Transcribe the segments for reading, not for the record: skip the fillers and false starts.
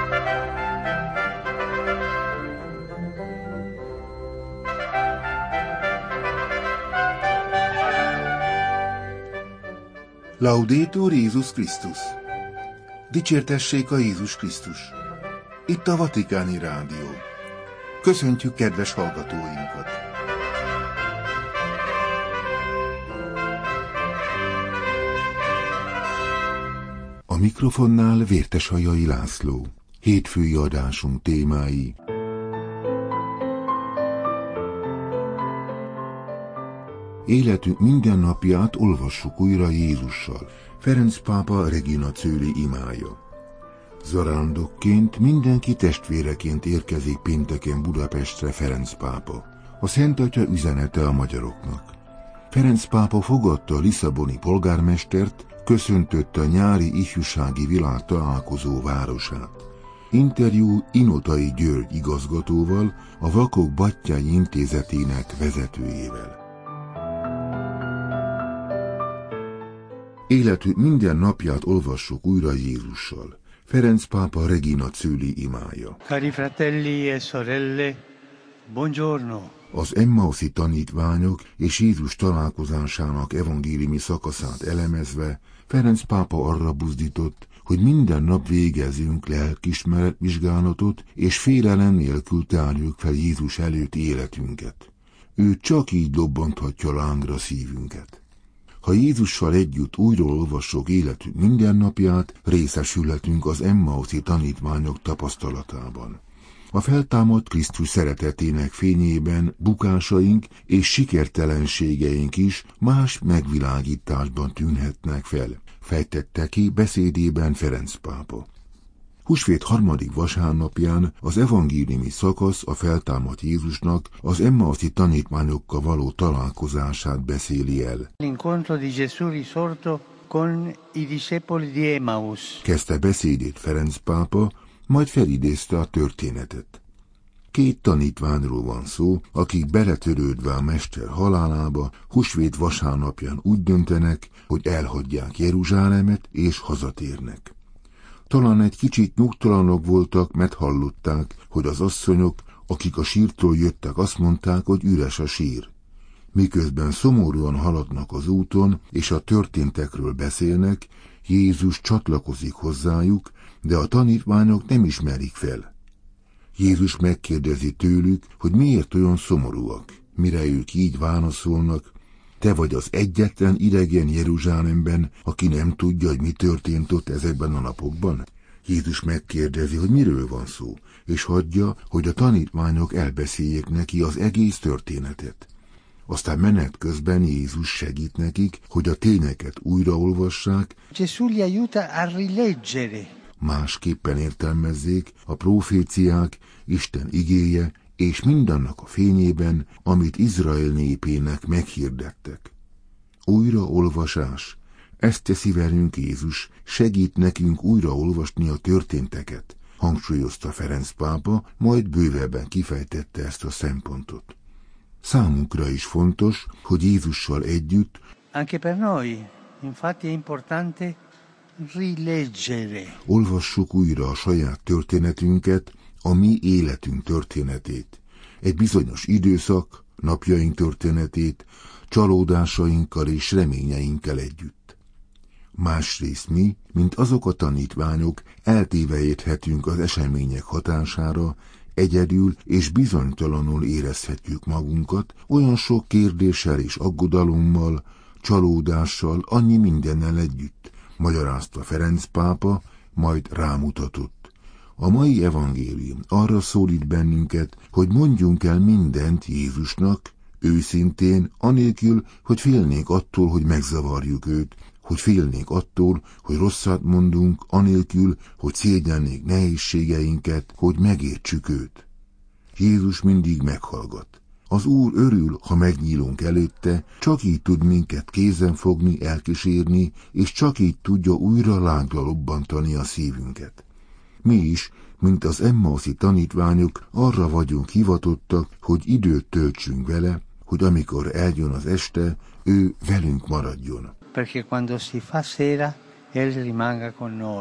Laudetur Jézus Krisztus! Dicsértessék a Jézus Krisztus! Itt a Vatikáni Rádió. Köszöntjük kedves hallgatóinkat! A mikrofonnál Vérteshajai László. Hétfői adásunk témái: életünk mindennapját olvassuk újra Jézussal. Ferenc pápa Regina Coeli imája. Zarándokként, mindenki testvéreként érkezik pénteken Budapestre Ferenc pápa. A Szent Atya üzenete a magyaroknak. Ferenc pápa fogadta a lisszaboni polgármestert, köszöntötte a nyári ifjúsági világtalálkozó városát. Interjú Inotai György igazgatóval, a Vakok Battyányi Intézetének vezetőjével. Életünk minden napját olvassuk újra Jézussal. Ferenc pápa Regina Coeli imája. Cari fratelli e sorelle, buongiorno. Az Emmauszi tanítványok és Jézus találkozásának evangéliumi szakaszát elemezve Ferenc pápa arra buzdított, hogy minden nap végezzünk lelkiismeret vizsgálatot, és félelem nélkül tárjuk fel Jézus előtt életünket. Ő csak így lobbanthatja lángra szívünket. Ha Jézussal együtt újra olvassuk életünk mindennapját, részesülhetünk az Emmauszi tanítványok tapasztalatában. A feltámadt Krisztus szeretetének fényében bukásaink és sikertelenségeink is más megvilágításban tűnhetnek fel, fejtette ki beszédében Ferenc pápa. Húsvét harmadik vasárnapján az evangéliumi szakasz a feltámadt Jézusnak az Emmauszi tanítványokkal való találkozását beszéli el. L'incontro di Gesù risorto con i discepoli di Emmaus. Kezdte beszédét Ferenc pápa, majd felidézte a történetet. Két tanítványról van szó, akik beletörődve a mester halálába, húsvét vasárnapján úgy döntenek, hogy elhagyják Jeruzsálemet és hazatérnek. Talán egy kicsit nyugtalanok voltak, mert hallották, hogy az asszonyok, akik a sírtól jöttek, azt mondták, hogy üres a sír. Miközben szomorúan haladnak az úton, és a történtekről beszélnek, Jézus csatlakozik hozzájuk, de a tanítványok nem ismerik fel. Jézus megkérdezi tőlük, hogy miért olyan szomorúak, mire ők így válaszolnak: te vagy az egyetlen idegen Jeruzsálemben, aki nem tudja, hogy mi történt ott ezekben a napokban? Jézus megkérdezi, hogy miről van szó, és hagyja, hogy a tanítványok elbeszéljék neki az egész történetet. Aztán menet közben Jézus segít nekik, hogy a tényeket újraolvassák, Gesù li aiuta a rileggere. Másképpen értelmezzék a proféciák, Isten igéje, és mindannak a fényében, amit Izrael népének meghirdettek. Újraolvasás. Ezt teszi velünk Jézus, segít nekünk újraolvasni a történteket, hangsúlyozta Ferenc pápa, majd bővebben kifejtette ezt a szempontot. Számunkra is fontos, hogy Jézussal együtt, Anche per noi, infatti è importante rileggere. Olvassuk újra a saját történetünket, a mi életünk történetét, egy bizonyos időszak, napjaink történetét, csalódásainkkal és reményeinkkel együtt. Másrészt mi, mint azok a tanítványok, eltévejedhetünk az események hatására, egyedül és bizonytalanul érezhetjük magunkat, olyan sok kérdéssel és aggodalommal, csalódással, annyi mindennel együtt, magyarázta Ferenc pápa, majd rámutatott. A mai evangélium arra szólít bennünket, hogy mondjunk el mindent Jézusnak, őszintén, anélkül, hogy félnénk attól, hogy megzavarjuk őt, hogy félnénk attól, hogy rosszat mondunk, anélkül, hogy szégyelnénk nehézségeinket, hogy megértsük őt. Jézus mindig meghallgat. Az Úr örül, ha megnyílunk előtte, csak így tud minket kézen fogni, elkísérni, és csak így tudja újra lángra lobbantani a szívünket. Mi is, mint az Emmauszi tanítványok, arra vagyunk hivatottak, hogy időt töltsünk vele, hogy amikor eljön az este, ő velünk maradjon. Perché quando si fa sera, Él rimanga con noi.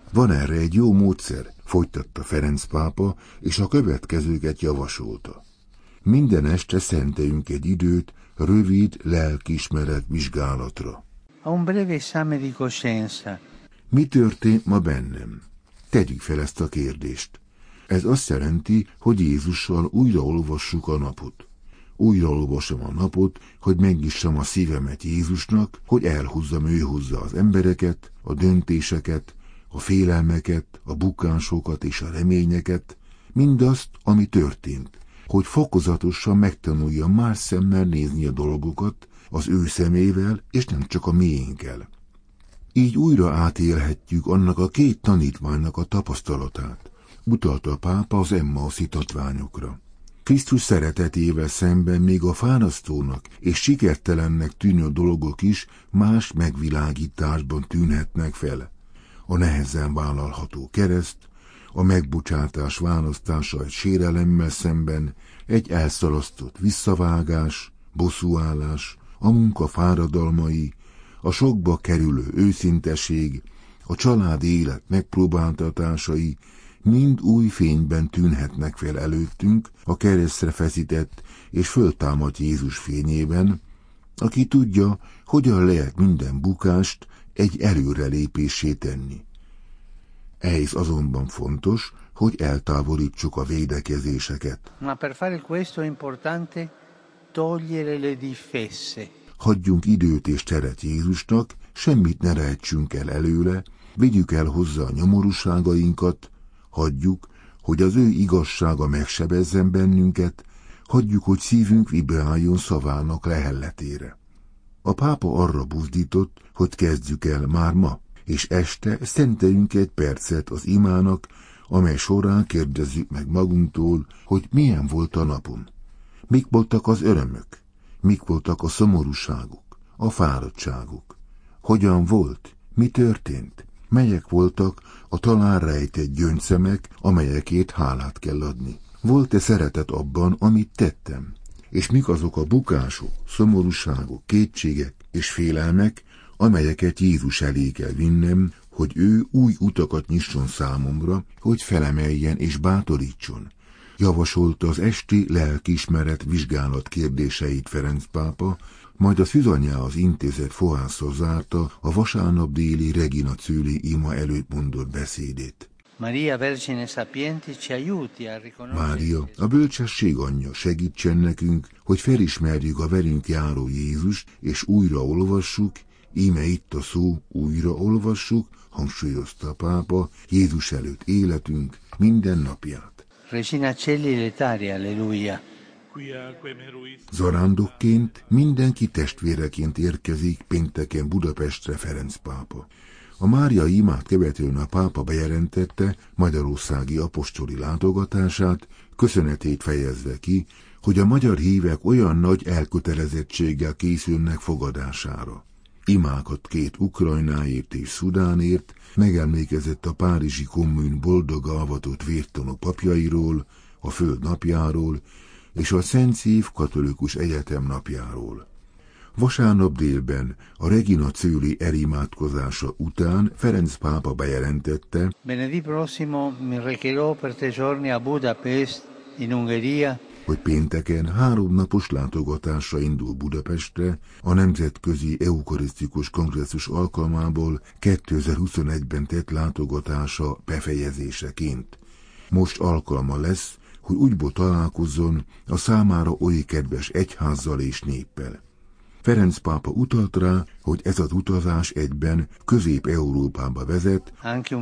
Van erre egy jó módszer, folytatta Ferenc pápa, és a következőket javasolta. Minden este szenteljünk egy időt rövid lelkiismeret vizsgálatra. Un breve esame di coscienza. Mi történt ma bennem? Tegyük fel ezt a kérdést. Ez azt jelenti, hogy Jézussal újraolvassuk a napot. Újraolvasom a napot, hogy megnyissam a szívemet Jézusnak, hogy elhúzzam ő hozza az embereket, a döntéseket, a félelmeket, a bukásokat és a reményeket, mindazt, ami történt, hogy fokozatosan megtanuljam más szemmel nézni a dolgokat, az ő szemével, és nem csak a miénkkel. Így újra átélhetjük annak a két tanítványnak a tapasztalatát, utalta a pápa az Emmauszi tatványokra. Krisztus szeretetével szemben még a fárasztónak és sikertelennek tűnő dolgok is más megvilágításban tűnhetnek fel. A nehezen vállalható kereszt, a megbocsátás választása egy sérelemmel szemben, egy elszalasztott visszavágás, bosszúállás, a munka fáradalmai, a sokba kerülő őszinteség, a családi élet megpróbáltatásai mind új fényben tűnhetnek fel előttünk a keresztre feszített és föltámadt Jézus fényében, aki tudja, hogyan lehet minden bukást egy előrelépéssé tenni. Ehhez azonban fontos, hogy eltávolítsuk a védekezéseket. Ma per fare questo è importante togliere le difese. Hagyjunk időt és teret Jézusnak, semmit ne rejtsünk el előle, vigyük el hozzá a nyomorúságainkat, hagyjuk, hogy az ő igazsága megsebezzen bennünket, hagyjuk, hogy szívünk vibráljon szavának lehelletére. A pápa arra buzdított, hogy kezdjük el már ma, és este szenteljünk egy percet az imának, amely során kérdezzük meg magunktól, hogy milyen volt a napon. Mik voltak az örömök, mik voltak a szomorúságok, a fáradtságok. Hogyan volt, mi történt, melyek voltak a talán rejtett gyöngyszemek, amelyekért hálát kell adni. Volt-e szeretet abban, amit tettem? És mik azok a bukások, szomorúságok, kétségek és félelmek, amelyeket Jézus elé kell vinnem, hogy ő új utakat nyisson számomra, hogy felemeljen és bátorítson. Javasolta az esti lelkiismeret vizsgálat kérdéseit Ferenc pápa, majd a szűzanyjához intézett fohászra zárta a vasárnap déli Regina Coeli ima előtt mondott beszédét. Mária, a bölcsesség anyja, segítsen nekünk, hogy felismerjük a velünk járó Jézust, és újra olvassuk, íme itt a szó, újra olvassuk, hangsúlyozta a pápa, Jézus előtt életünk minden napját. Regina Coeli letari, alleluia. Zarándokként mindenki testvéreként érkezik pénteken Budapestre Ferenc pápa. A máriai imát követően a pápa bejelentette magyarországi apostoli látogatását, köszönetét fejezve ki, hogy a magyar hívek olyan nagy elkötelezettséggel készülnek fogadására. Imákat két Ukrajnáért és Szudánért, megemlékezett a párizsi kommun boldog avatott vértanú papjairól, a Föld napjáról és a Szent Szív Katolikus Egyetem napjáról. Vasárnap délben a Regina Coeli elimádkozása után Ferenc pápa bejelentette: Venerdì prossimo mi recherò per 3 giorni a Budapest, in Ungheria, hogy pénteken 3 napos látogatásra indul Budapestre a Nemzetközi Eukarisztikus Kongresszus alkalmából 2021-ben tett látogatása befejezéseként. Most alkalma lesz, hogy úgyból találkozzon a számára oly kedves egyházzal és néppel. Ferenc pápa utalt rá, hogy ez az utazás egyben Közép-Európába vezet,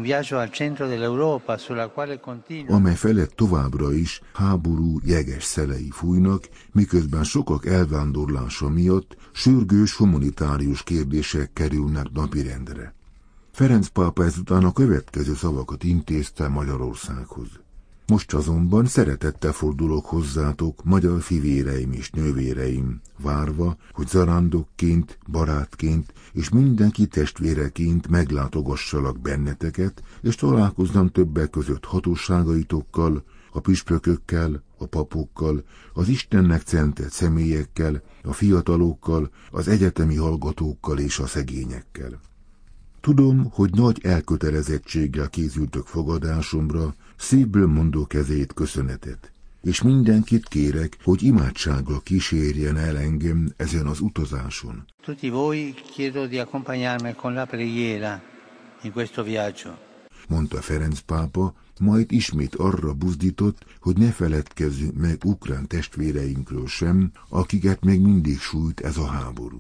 amely felett továbbra is háború jeges szelei fújnak, miközben sokak elvándorlása miatt sürgős humanitárius kérdések kerülnek napirendre. Ferenc pápa ezután a következő szavakat intézte Magyarországhoz. Most azonban szeretettel fordulok hozzátok, magyar fivéreim és nővéreim, várva, hogy zarándokként, barátként és mindenki testvéreként meglátogassalak benneteket, és találkozzam többek között hatóságaitokkal, a püspökökkel, a papokkal, az Istennek szentelt személyekkel, a fiatalokkal, az egyetemi hallgatókkal és a szegényekkel. Tudom, hogy nagy elkötelezettséggel készültök fogadásomra, szívből mondok ezért köszönetet, és mindenkit kérek, hogy imádsággal kísérjen el engem ezen az utazáson. Tutti voi chiedo di accompagnarmi con la preghiera in questo viaggio. Mondta Ferenc pápa, majd ismét arra buzdított, hogy ne feledkezzünk meg ukrán testvéreinkről sem, akiket még mindig sújt ez a háború.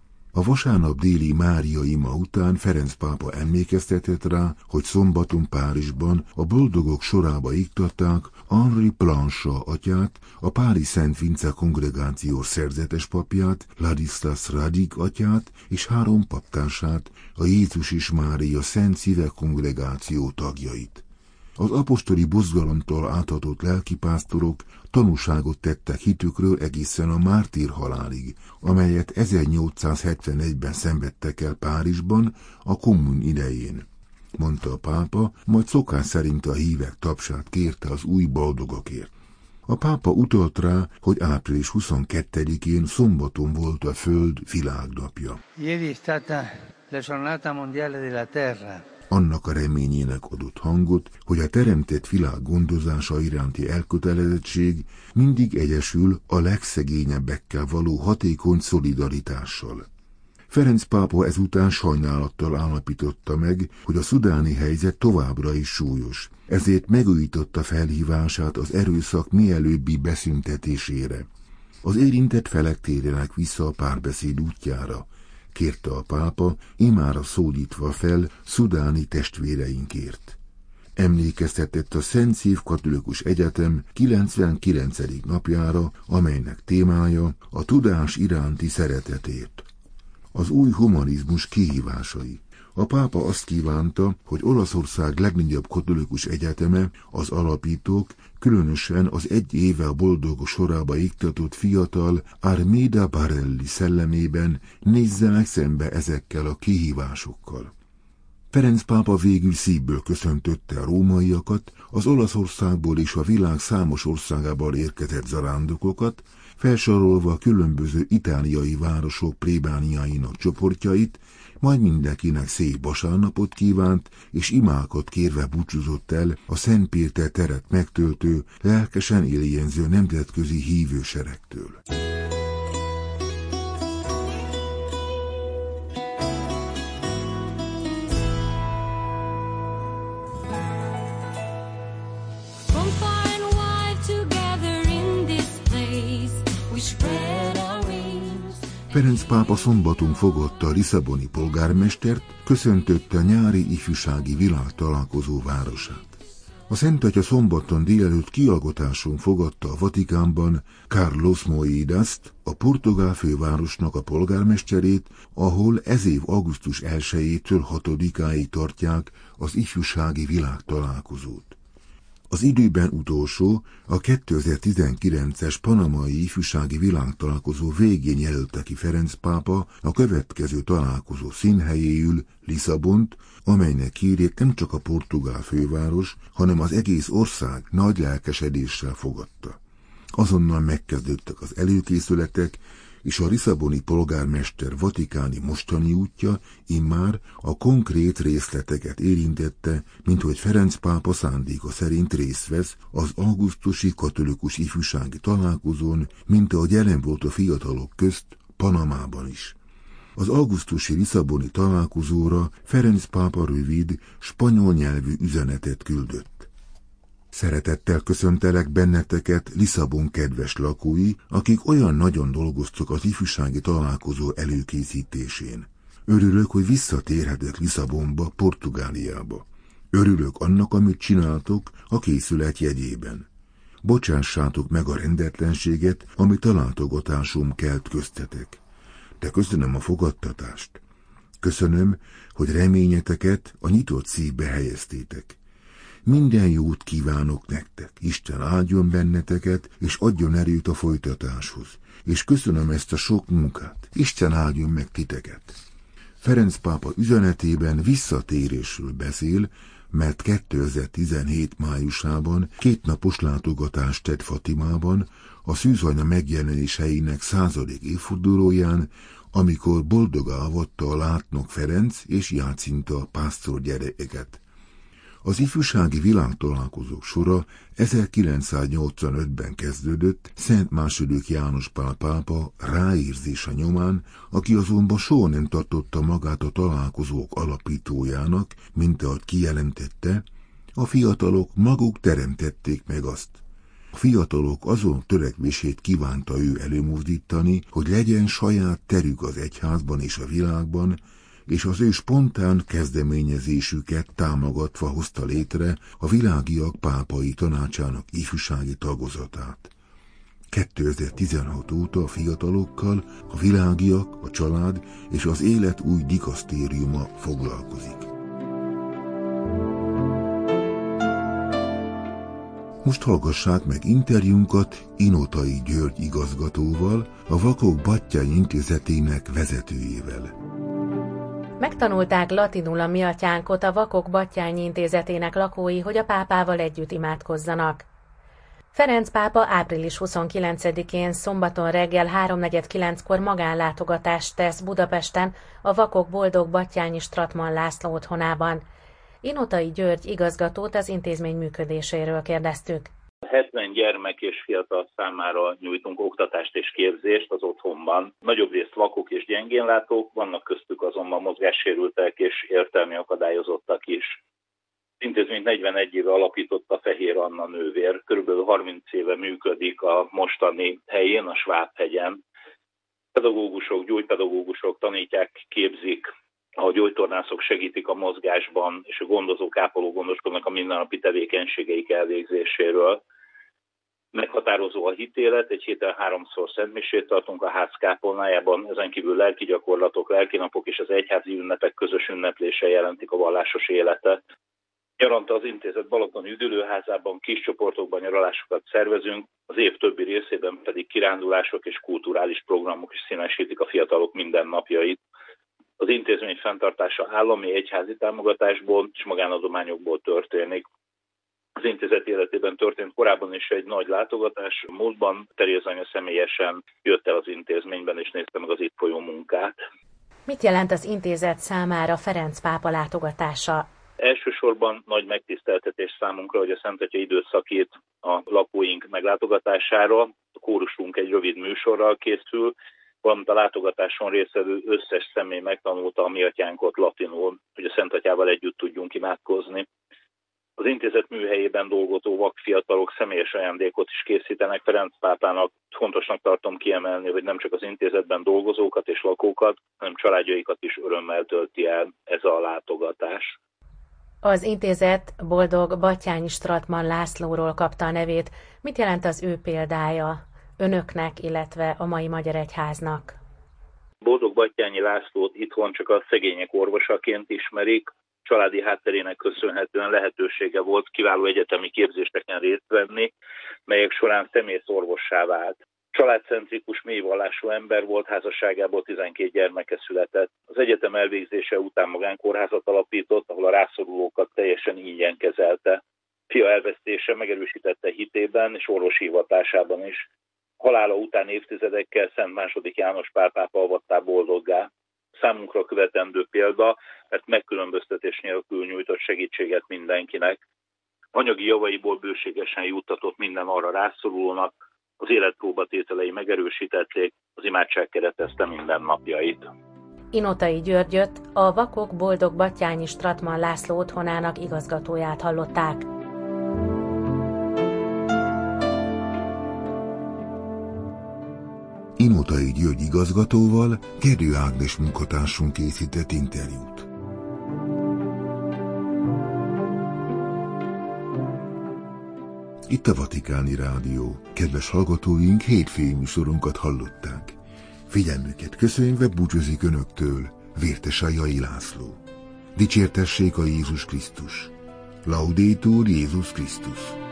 A vasárnap déli Mária ima után Ferenc pápa emlékeztetett rá, hogy szombaton Párizsban a boldogok sorába iktatták Henri Plancha atyát, a Párizs Szent Vince kongregációs szerzetes papját, Ladislas Radik atyát és 3 paptársát, a Jézus és Mária Szent Szíve kongregáció tagjait. Az apostoli buzgalomtól átadott lelkipásztorok tanúságot tettek hitükről egészen a mártír halálig, amelyet 1871-ben szenvedtek el Párizsban a kommun idején, mondta a pápa, majd szokás szerint a hívek tapsát kérte az új boldogokért. A pápa utalt rá, hogy április 22-én szombaton volt a Föld világnapja. Ieri è stata la giornata mondiale della terra. Annak a reményének adott hangot, hogy a teremtett világ gondozása iránti elkötelezettség mindig egyesül a legszegényebbekkel való hatékony szolidaritással. Ferenc pápa ezután sajnálattal állapította meg, hogy a szudáni helyzet továbbra is súlyos, ezért megújította felhívását az erőszak mielőbbi beszüntetésére. Az érintett felek térjenek vissza a párbeszéd útjára, kérte a pápa, imára szólítva fel szudáni testvéreinkért. Emlékeztetett a Szent Szív Katolikus Egyetem 99. napjára, amelynek témája a tudás iránti szeretetért. Az új humanizmus kihívásai. A pápa azt kívánta, hogy Olaszország legnagyobb katolikus egyeteme, az alapítók, különösen az 1 éve a boldogok sorába iktatott fiatal Armida Barelli szellemében nézzenek szembe ezekkel a kihívásokkal. Ferenc pápa végül szívből köszöntötte a rómaiakat, az Olaszországból és a világ számos országából érkezett zarándokokat, felsorolva a különböző itáliai városok plébániáinak csoportjait, majd mindenkinek szép vasárnapot kívánt, és imákat kérve búcsúzott el a Szent Péter teret megtöltő, lelkesen éljenző nemzetközi hívőseregtől. Ferenc pápa szombaton fogadta a lisszaboni polgármestert, köszöntötte a nyári ifjúsági világtalálkozó városát. A Szent Atya szombaton délelőtt kialgotáson fogadta a Vatikánban Carlos Moedast, a portugál fővárosnak a polgármesterét, ahol ez év augusztus 1-től 6-áig tartják az ifjúsági világtalálkozót. Az időben utolsó, a 2019-es panamai ifjúsági világtalálkozó végén jelölte ki Ferenc pápa a következő találkozó színhelyéül Lisszabont, amelynek hírét nem csak a portugál főváros, hanem az egész ország nagy lelkesedéssel fogadta. Azonnal megkezdődtek az előkészületek, és a lisszaboni polgármester vatikáni mostani útja immár a konkrét részleteket érintette, minthogy Ferenc pápa szándéka szerint részt vesz az augusztusi katolikus ifjúsági találkozón, mint ahogy jelen volt a fiatalok közt Panamában is. Az augusztusi lisszaboni találkozóra Ferenc pápa rövid, spanyol nyelvű üzenetet küldött. Szeretettel köszöntelek benneteket, Lisszabon kedves lakói, akik olyan nagyon dolgoztak az ifjúsági találkozó előkészítésén. Örülök, hogy visszatérhetek Lisszabonba, Portugáliába. Örülök annak, amit csináltok a készület jegyében. Bocsássátok meg a rendetlenséget, amit a látogatásom kelt köztetek. De köszönöm a fogadtatást. Köszönöm, hogy reményeteket a nyitott szívbe helyeztétek. Minden jót kívánok nektek, Isten áldjon benneteket, és adjon erőt a folytatáshoz. És köszönöm ezt a sok munkát, Isten áldjon meg titeket. Ferenc pápa üzenetében visszatérésről beszél, mert 2017 májusában 2 napos látogatást tett Fatimában, a szűzanya megjelenés helyének 100. évfordulóján, amikor boldoga avatta a látnok Ferenc és Jácinta pásztor gyerekeket. Az ifjúsági világtalálkozók sora 1985-ben kezdődött Szent II. János Pál pápa ráérzése nyomán, aki azonban soha nem tartotta magát a találkozók alapítójának, mint ahogy kijelentette, a fiatalok maguk teremtették meg azt. A fiatalok azon törekvését kívánta ő előmozdítani, hogy legyen saját terük az egyházban és a világban, és az ő spontán kezdeményezésüket támogatva hozta létre a Világiak Pápai Tanácsának ifjúsági tagozatát. 2016 óta a fiatalokkal a Világiak, a család és az élet új dikasztériuma foglalkozik. Most hallgassák meg interjúnkat Inotai György igazgatóval, a Vakok Batthyány Intézetének vezetőjével. Megtanulták latinul a Mi Atyánkot a Vakok Batthyány Intézetének lakói, hogy a pápával együtt imádkozzanak. Ferenc pápa április 29-én szombaton reggel 3:49-kor magánlátogatást tesz Budapesten a Vakok Boldog Batthyányi Stratman László otthonában. Inotai György igazgatót az intézmény működéséről kérdeztük. 70 gyermek és fiatal számára nyújtunk oktatást és képzést az otthonban. Nagyobb részt vakok és gyengénlátók, vannak köztük azonban mozgássérültek és értelmi akadályozottak is. Az intézményt 41 éve alapította Fehér Anna nővér, körülbelül 30 éve működik a mostani helyén, a Svábhegyen. Pedagógusok, gyógypedagógusok tanítják, képzik, a gyógytornászok segítik a mozgásban, és a gondozók, ápolók gondoskodnak a mindennapi tevékenységeik elvégzéséről. Meghatározó a hitélet, egy héten 3-szor szentmisét tartunk a ház kápolnájában, ezen kívül lelki gyakorlatok, lelkinapok és az egyházi ünnepek közös ünneplése jelentik a vallásos életet. Nyaranta az intézet balatoni üdülőházában kis csoportokban nyaralásokat szervezünk, az év többi részében pedig kirándulások és kulturális programok is színesítik a fiatalok mindennapjait. Az intézmény fenntartása állami egyházi támogatásból és magánadományokból történik. Az intézet életében történt korábban is egy nagy látogatás. Múltban Teréz anya személyesen jött el az intézményben és nézte meg az itt folyó munkát. Mit jelent az intézet számára Ferenc pápa látogatása? Elsősorban nagy megtiszteltetés számunkra, hogy a Szent Atya időt szakít a lakóink meglátogatására. A kórusunk egy rövid műsorral készül, valamint a látogatáson résztvevő összes személy megtanulta a Mi Atyánkot latinul, hogy a Szent Atyával együtt tudjunk imádkozni. Az intézet műhelyében dolgozó vakfiatalok személyes ajándékot is készítenek Ferenc pápának. Fontosnak tartom kiemelni, hogy nem csak az intézetben dolgozókat és lakókat, hanem családjaikat is örömmel tölti el ez a látogatás. Az intézet Boldog Batthyányi Stratman Lászlóról kapta a nevét. Mit jelent az ő példája önöknek, illetve a mai magyar egyháznak? Boldog Batthyányi Lászlót itthon csak a szegények orvosaként ismerik. Családi hátterének köszönhetően lehetősége volt kiváló egyetemi képzéseken részt venni, melyek során személyszorvossá vált. Családcentrikus, mélyvallású ember volt, házasságából 12 gyermeke született. Az egyetem elvégzése után magánkórházat alapított, ahol a rászorulókat teljesen ingyen kezelte. Fia elvesztése megerősítette hitében és orvosi hivatásában is. Halála után évtizedekkel Szent II. János Pál pápa avattá boldoggá. Számunkra követendő példa, mert megkülönböztetés nélkül nyújtott segítséget mindenkinek. Anyagi javaiból bőségesen juttatott minden arra rászorulónak, az életpróbatételei megerősítették, az imádság keretezte mindennapjait. Inotai Györgyöt, a Vakok Boldog Batthyányi Stratman László otthonának igazgatóját hallották. Inotai György igazgatóval Gerő Ágnes munkatársunk készített interjút. Itt a Vatikáni Rádió. Kedves hallgatóink, hétfői műsorunkat hallották. Figyelmüket köszönve búcsúzik önöktől Vértesai László. Dicsértessék a Jézus Krisztus. Laudetur Jézus Krisztus.